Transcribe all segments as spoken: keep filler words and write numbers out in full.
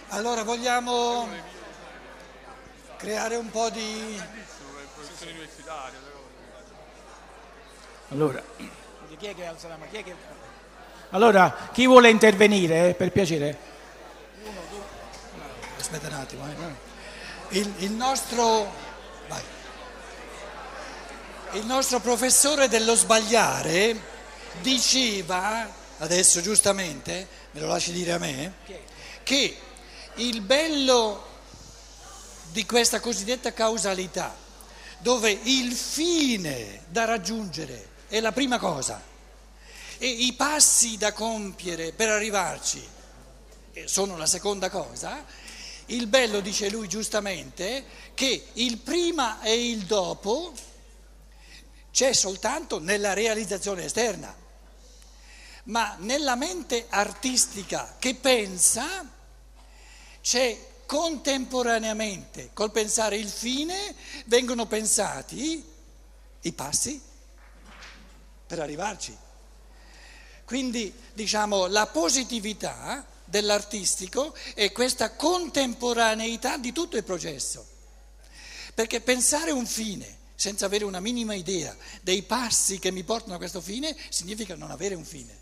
Allora vogliamo creare un po' di... Allora, chi è che alza la mano? Chi è che... allora, chi vuole intervenire, eh, per piacere? Aspetta un attimo. Eh. Il, il nostro... Vai. Il nostro professore dello sbagliare diceva, adesso giustamente, me lo lasci dire a me, che il bello di questa cosiddetta causalità, dove il fine da raggiungere è la prima cosa e i passi da compiere per arrivarci sono la seconda cosa, il bello, dice lui giustamente, che il prima e il dopo c'è soltanto nella realizzazione esterna, ma nella mente artistica che pensa c'è contemporaneamente, col pensare il fine, vengono pensati i passi per arrivarci. Quindi, diciamo, la positività dell'artistico è questa contemporaneità di tutto il processo. Perché pensare un fine senza avere una minima idea dei passi che mi portano a questo fine significa non avere un fine.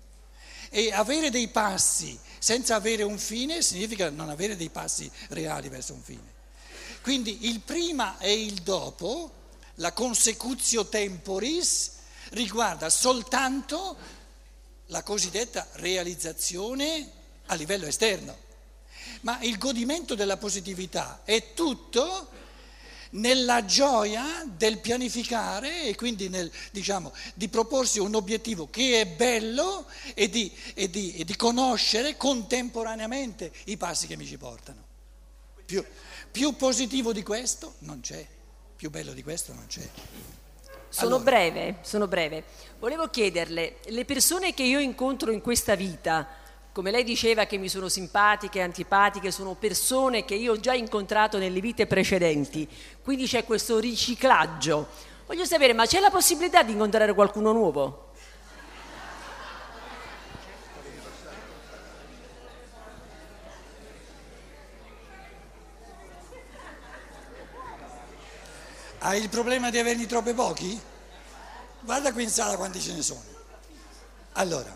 E avere dei passi senza avere un fine significa non avere dei passi reali verso un fine. Quindi il prima e il dopo, la consecutio temporis, riguarda soltanto la cosiddetta realizzazione a livello esterno. Ma il godimento della positività è tutto nella gioia del pianificare e quindi nel, diciamo, di proporsi un obiettivo che è bello e di, e, di, e di conoscere contemporaneamente i passi che mi ci portano. Più, più positivo di questo non c'è, più bello di questo non c'è. Sono Allora, breve, sono breve. Volevo chiederle, le persone che io incontro in questa vita, come lei diceva che mi sono simpatiche, antipatiche, sono persone che io ho già incontrato nelle vite precedenti, quindi c'è questo riciclaggio. Voglio sapere, ma c'è la possibilità di incontrare qualcuno nuovo? hai il problema di averne troppi pochi? Guarda qui in sala quanti ce ne sono. Allora,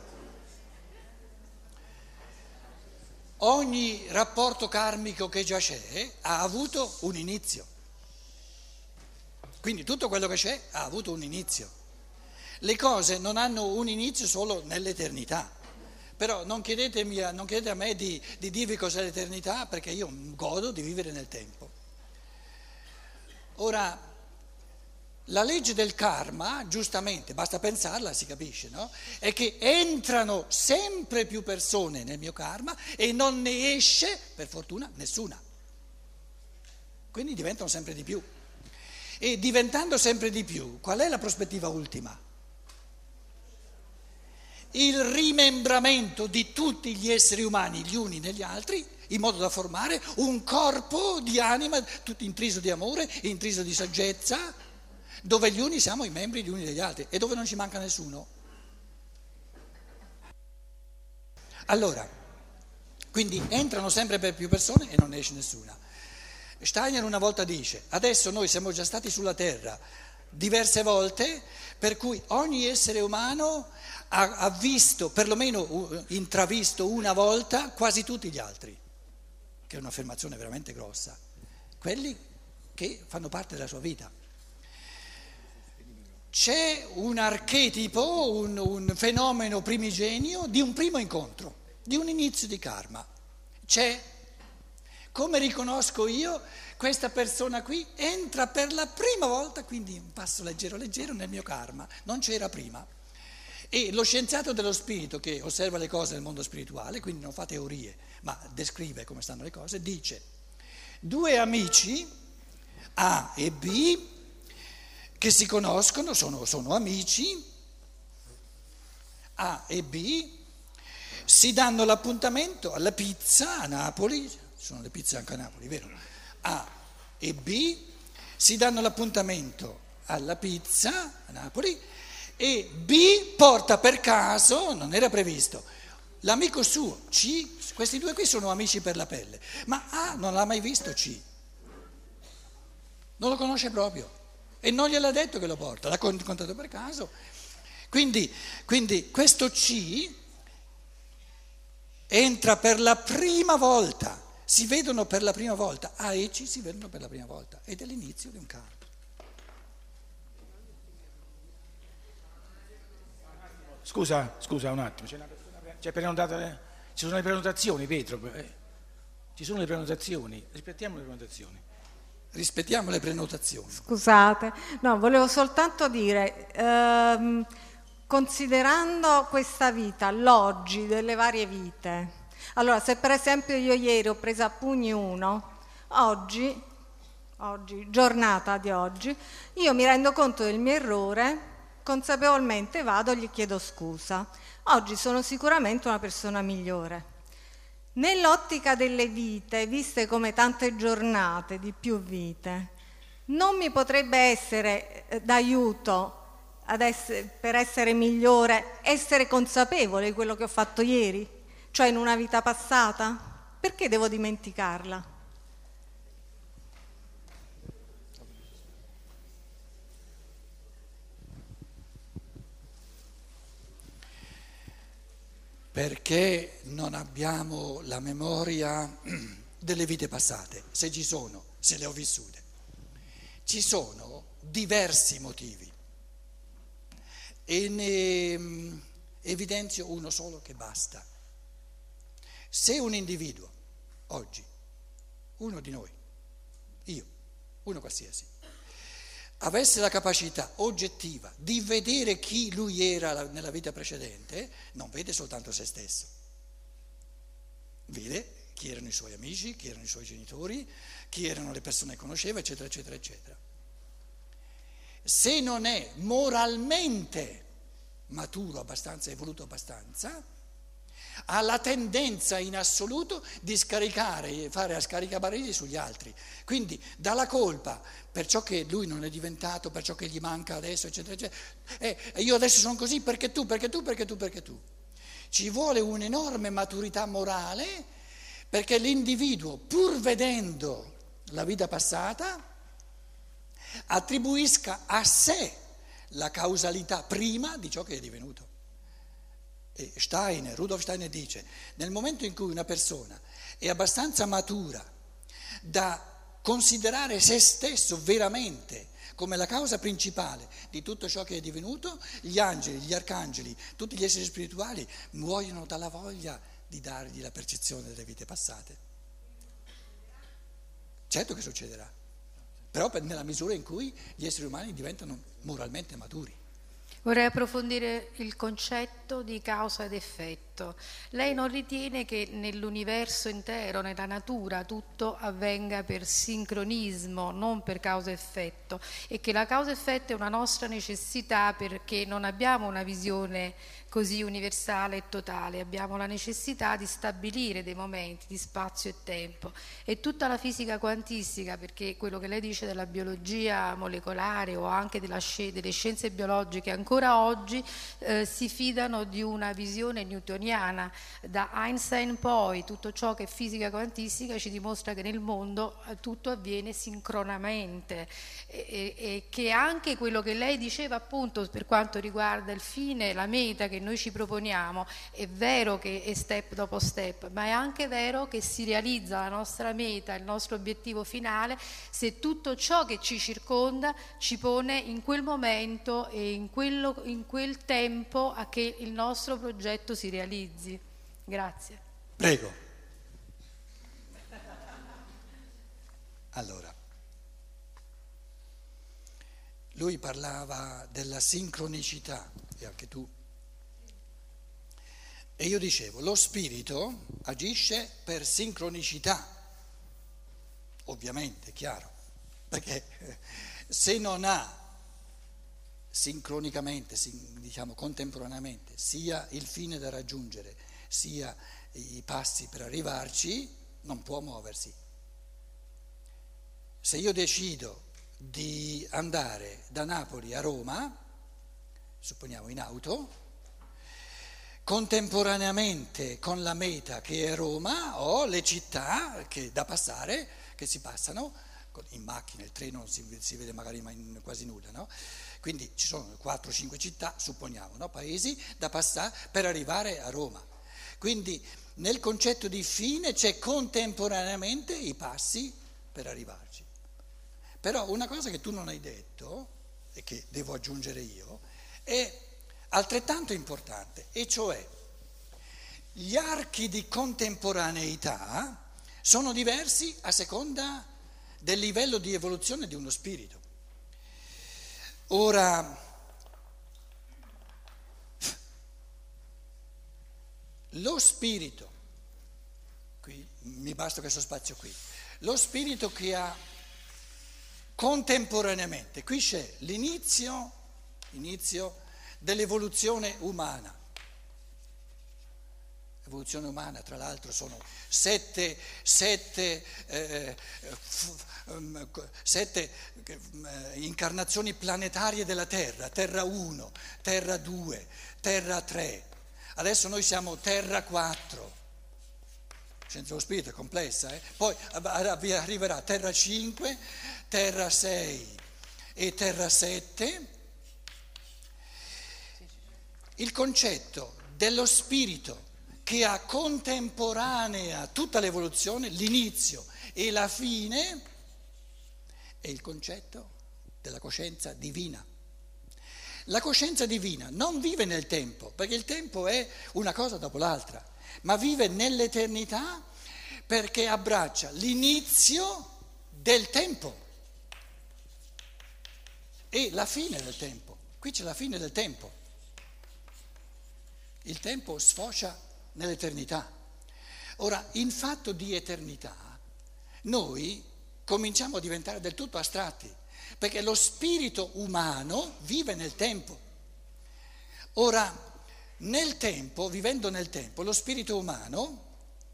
ogni rapporto karmico che già c'è ha avuto un inizio. Quindi tutto quello che c'è ha avuto un inizio. Le cose non hanno un inizio solo nell'eternità. Però non chiedetemi, non chiedete a me di, di dirvi cos'è l'eternità, perché io godo di vivere nel tempo. Ora, la legge del karma, giustamente, basta pensarla, si capisce, no? È che entrano sempre più persone nel mio karma e non ne esce, per fortuna, nessuna. Quindi diventano sempre di più. E diventando sempre di più, qual è la prospettiva ultima? Il rimembramento di tutti gli esseri umani, gli uni negli altri, in modo da formare un corpo di anima, tutto intriso di amore, intriso di saggezza, dove gli uni siamo i membri gli uni degli altri e dove non ci manca nessuno. Allora, quindi entrano sempre per più persone e non ne esce nessuna. Steiner una volta dice, adesso noi siamo già stati sulla Terra diverse volte, per cui ogni essere umano ha, ha visto, perlomeno intravisto una volta, quasi tutti gli altri, che è un'affermazione veramente grossa, quelli che fanno parte della sua vita. C'è un archetipo, un, un fenomeno primigenio di un primo incontro, di un inizio di karma. C'è. Come riconosco io, questa persona qui entra per la prima volta, quindi un passo leggero leggero nel mio karma, non c'era prima. E lo scienziato dello spirito che osserva le cose nel mondo spirituale, quindi non fa teorie, ma descrive come stanno le cose, dice: due amici, A e B, che si conoscono, sono, sono amici, A e B, si danno l'appuntamento alla pizza a Napoli, ci sono le pizze anche a Napoli, vero? A e B si danno l'appuntamento alla pizza a Napoli e B porta per caso, non era previsto, l'amico suo, C, questi due qui sono amici per la pelle, ma A non l'ha mai visto C, non lo conosce proprio e non gliel'ha detto che lo porta, l'ha incontrato per caso. Quindi, quindi questo C entra per la prima volta, si vedono per la prima volta, A e C si vedono per la prima volta ed è l'inizio di un karma. Scusa, scusa un attimo, c'è una persona, c'è prenotata, ci sono le prenotazioni, Pietro, eh, ci sono le prenotazioni, rispettiamo le prenotazioni. Rispettiamo le prenotazioni. Scusate, no, volevo soltanto dire, ehm, considerando questa vita, l'oggi delle varie vite, allora se per esempio io ieri ho preso a pugni uno, oggi, oggi, giornata di oggi, io mi rendo conto del mio errore, consapevolmente vado, gli chiedo scusa. Oggi sono sicuramente una persona migliore. Nell'ottica delle vite, viste come tante giornate di più vite, non mi potrebbe essere eh, d'aiuto ad essere, per essere migliore, essere consapevole di quello che ho fatto ieri, cioè in una vita passata? Perché devo dimenticarla? Perché non abbiamo la memoria delle vite passate, se ci sono, se le ho vissute. Ci sono diversi motivi e ne evidenzio uno solo che basta. Se un individuo, oggi, uno di noi, io, uno qualsiasi, avesse la capacità oggettiva di vedere chi lui era nella vita precedente, non vede soltanto se stesso, vede chi erano i suoi amici, chi erano i suoi genitori, chi erano le persone che conosceva, eccetera, eccetera, eccetera. Se non è moralmente maturo abbastanza, evoluto abbastanza, ha la tendenza in assoluto di scaricare, fare a scaricabarile sugli altri, quindi dà la colpa per ciò che lui non è diventato, per ciò che gli manca adesso, eccetera, eccetera. Eh, io adesso sono così perché tu, perché tu, perché tu, perché tu. Ci vuole un'enorme maturità morale perché l'individuo, pur vedendo la vita passata, attribuisca a sé la causalità prima di ciò che è divenuto. E Steiner, Rudolf Steiner dice, nel momento in cui una persona è abbastanza matura da considerare se stesso veramente come la causa principale di tutto ciò che è divenuto, gli angeli, gli arcangeli, tutti gli esseri spirituali muoiono dalla voglia di dargli la percezione delle vite passate. Certo che succederà, però nella misura in cui gli esseri umani diventano moralmente maturi. Vorrei approfondire il concetto di causa ed effetto. Lei non ritiene che nell'universo intero, nella natura, tutto avvenga per sincronismo, non per causa-effetto, e che la causa-effetto è una nostra necessità perché non abbiamo una visione così universale e totale, abbiamo la necessità di stabilire dei momenti di spazio e tempo. E tutta la fisica quantistica, perché quello che lei dice della biologia molecolare o anche della sci- delle scienze biologiche ancora oggi eh, si fidano di una visione newtoniana. Da Einstein poi tutto ciò che è fisica quantistica ci dimostra che nel mondo eh, tutto avviene sincronamente e, e, e che anche quello che lei diceva appunto per quanto riguarda il fine, la meta che noi ci proponiamo, è vero che è step dopo step, ma è anche vero che si realizza la nostra meta, il nostro obiettivo finale, se tutto ciò che ci circonda ci pone in quel momento e in, quello, in quel tempo a che il nostro progetto si realizzi. Grazie. Prego. Allora, lui parlava della sincronicità, e anche tu. E io dicevo, lo spirito agisce per sincronicità, ovviamente, chiaro, perché se non ha sincronicamente, diciamo contemporaneamente, sia il fine da raggiungere, sia i passi per arrivarci, non può muoversi. Se io decido di andare da Napoli a Roma, supponiamo in auto, contemporaneamente con la meta che è Roma ho le città che, da passare, che si passano in macchina, il treno non si, si vede magari mai quasi nulla, no? Quindi ci sono quattro cinque città, supponiamo, no? Paesi da passare per arrivare a Roma. Quindi nel concetto di fine c'è contemporaneamente i passi per arrivarci. Però una cosa che tu non hai detto, e che devo aggiungere io, è altrettanto importante, e cioè gli archi di contemporaneità sono diversi a seconda del livello di evoluzione di uno spirito. Ora, lo spirito, qui mi basta questo spazio qui, lo spirito che ha contemporaneamente, qui c'è l'inizio, inizio dell'evoluzione umana. L'evoluzione umana, tra l'altro, sono sette, sette, eh, f, um, sette eh, incarnazioni planetarie della Terra, Terra uno, Terra due, Terra tre. Adesso noi siamo Terra quattro. Scienza dello spirito è complessa, eh? Poi arriverà Terra cinque, Terra sei e Terra sette. Il concetto dello spirito che ha contemporanea tutta l'evoluzione, l'inizio e la fine, è il concetto della coscienza divina. La coscienza divina non vive nel tempo, perché il tempo è una cosa dopo l'altra, ma vive nell'eternità perché abbraccia l'inizio del tempo e la fine del tempo. Qui c'è la fine del tempo. Il tempo sfocia nell'eternità. Ora, in fatto di eternità, noi cominciamo a diventare del tutto astratti, perché lo spirito umano vive nel tempo. Ora, nel tempo, vivendo nel tempo, lo spirito umano,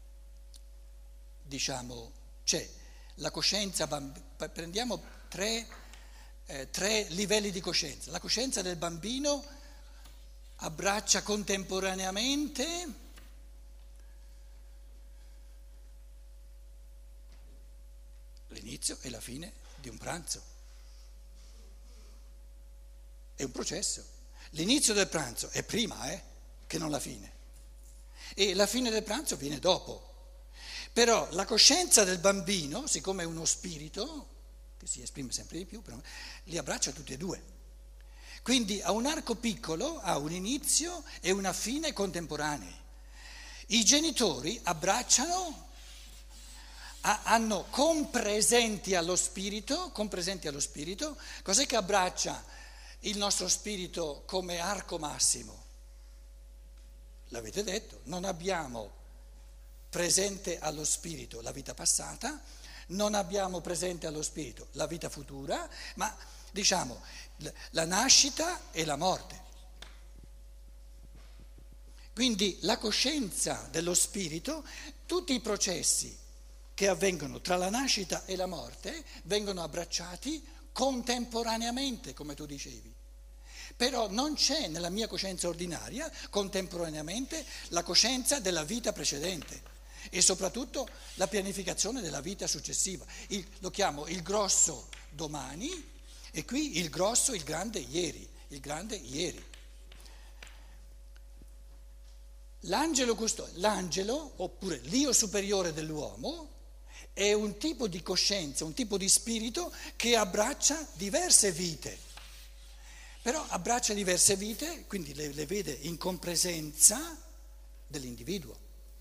diciamo, c'è la coscienza, prendiamo tre, eh, tre livelli di coscienza. La coscienza del bambino abbraccia contemporaneamente l'inizio e la fine di un pranzo. È un processo. L'inizio del pranzo è prima, eh, che non la fine. E la fine del pranzo viene dopo. Però la coscienza del bambino, siccome è uno spirito, che si esprime sempre di più, però, li abbraccia tutti e due. Quindi ha un arco piccolo, ha un inizio e una fine contemporanei. I genitori abbracciano, hanno compresenti allo spirito, compresenti allo spirito, cos'è che abbraccia il nostro spirito come arco massimo? L'avete detto, non abbiamo presente allo spirito la vita passata, non abbiamo presente allo spirito la vita futura, ma diciamo la nascita e la morte. Quindi la coscienza dello spirito, tutti i processi che avvengono tra la nascita e la morte vengono abbracciati contemporaneamente, come tu dicevi. Però non c'è nella mia coscienza ordinaria contemporaneamente la coscienza della vita precedente e soprattutto la pianificazione della vita successiva. Il, lo chiamo il grosso domani e qui il grosso, il grande ieri, il grande ieri. L'angelo custode, l'angelo, oppure l'io superiore dell'uomo, è un tipo di coscienza, un tipo di spirito che abbraccia diverse vite, però abbraccia diverse vite, quindi le, le vede in compresenza dell'individuo.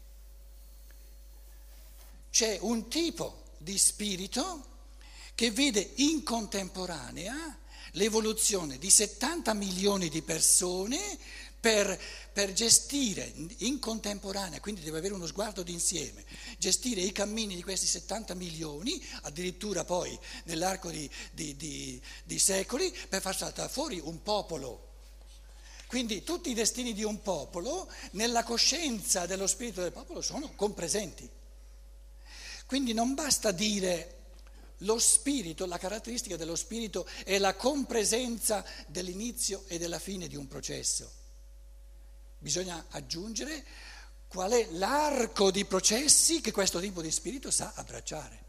C'è un tipo di spirito che vede in contemporanea l'evoluzione di settanta milioni di persone per, per gestire in contemporanea, quindi deve avere uno sguardo d'insieme, gestire i cammini di questi settanta milioni, addirittura poi nell'arco di, di, di, di secoli, per far saltare fuori un popolo. Quindi tutti i destini di un popolo, nella coscienza dello spirito del popolo, sono compresenti. Quindi non basta dire lo spirito, la caratteristica dello spirito è la compresenza dell'inizio e della fine di un processo. bisogna aggiungere qual è l'arco di processi che questo tipo di spirito sa abbracciare.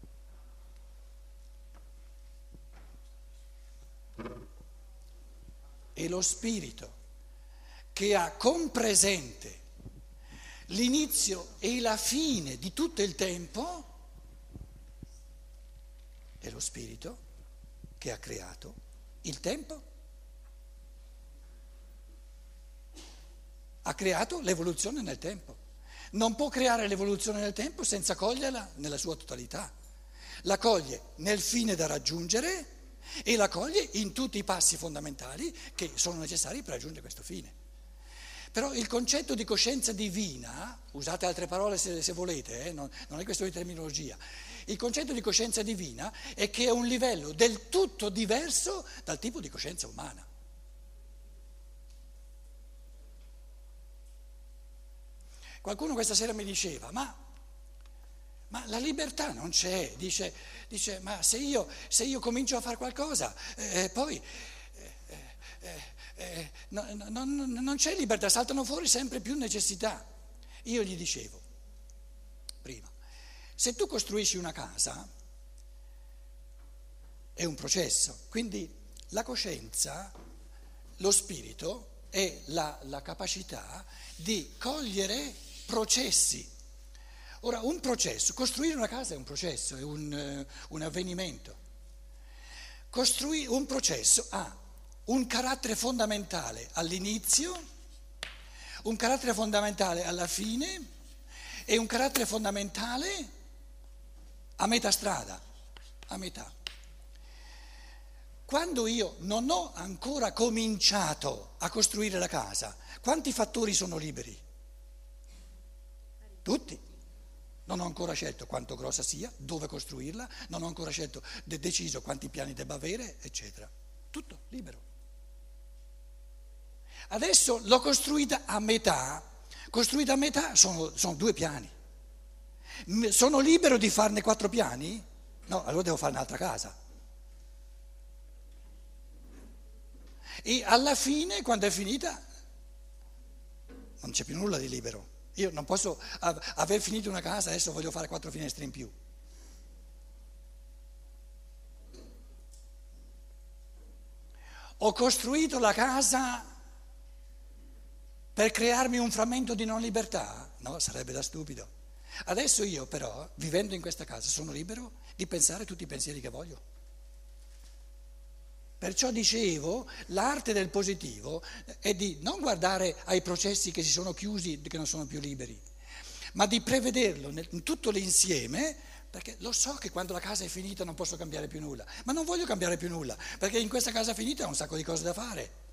E lo spirito che ha compresente l'inizio e la fine di tutto il tempo è lo spirito che ha creato il tempo, ha creato l'evoluzione nel tempo. Non può creare l'evoluzione nel tempo senza coglierla nella sua totalità. La coglie nel fine da raggiungere e la coglie in tutti i passi fondamentali che sono necessari per raggiungere questo fine. Però il concetto di coscienza divina, usate altre parole se, se volete, eh, non, non è questione di terminologia, il concetto di coscienza divina è che è un livello del tutto diverso dal tipo di coscienza umana. Qualcuno questa sera mi diceva, ma, ma la libertà non c'è, dice, dice ma se io, se io comincio a fare qualcosa, eh, poi eh, eh, eh, no, no, no, non c'è libertà, saltano fuori sempre più necessità. Io gli dicevo, prima, se tu costruisci una casa, è un processo, quindi la coscienza, lo spirito, è la, la capacità di cogliere processi. Ora, un processo, costruire una casa è un processo, è un, un avvenimento. Costruire un processo ha un carattere fondamentale all'inizio, un carattere fondamentale alla fine e un carattere fondamentale a metà strada, a metà. Quando io non ho ancora cominciato a costruire la casa, quanti fattori sono liberi? Tutti. Non ho ancora scelto quanto grossa sia, dove costruirla, non ho ancora scelto, de- deciso quanti piani debba avere, eccetera. Tutto libero. Adesso l'ho costruita a metà, costruita a metà sono, sono due piani. M- sono libero di farne quattro piani? No, allora devo fare un'altra casa. E alla fine, quando è finita, non c'è più nulla di libero. Io non posso aver finito una casa, adesso voglio fare quattro finestre in più. Ho costruito la casa per crearmi un frammento di non libertà? No, sarebbe da stupido. Adesso io però, vivendo in questa casa, sono libero di pensare tutti i pensieri che voglio. Perciò dicevo, l'arte del positivo è di non guardare ai processi che si sono chiusi, che non sono più liberi, ma di prevederlo in tutto l'insieme, perché lo so che quando la casa è finita non posso cambiare più nulla, ma non voglio cambiare più nulla, perché in questa casa finita ho un sacco di cose da fare.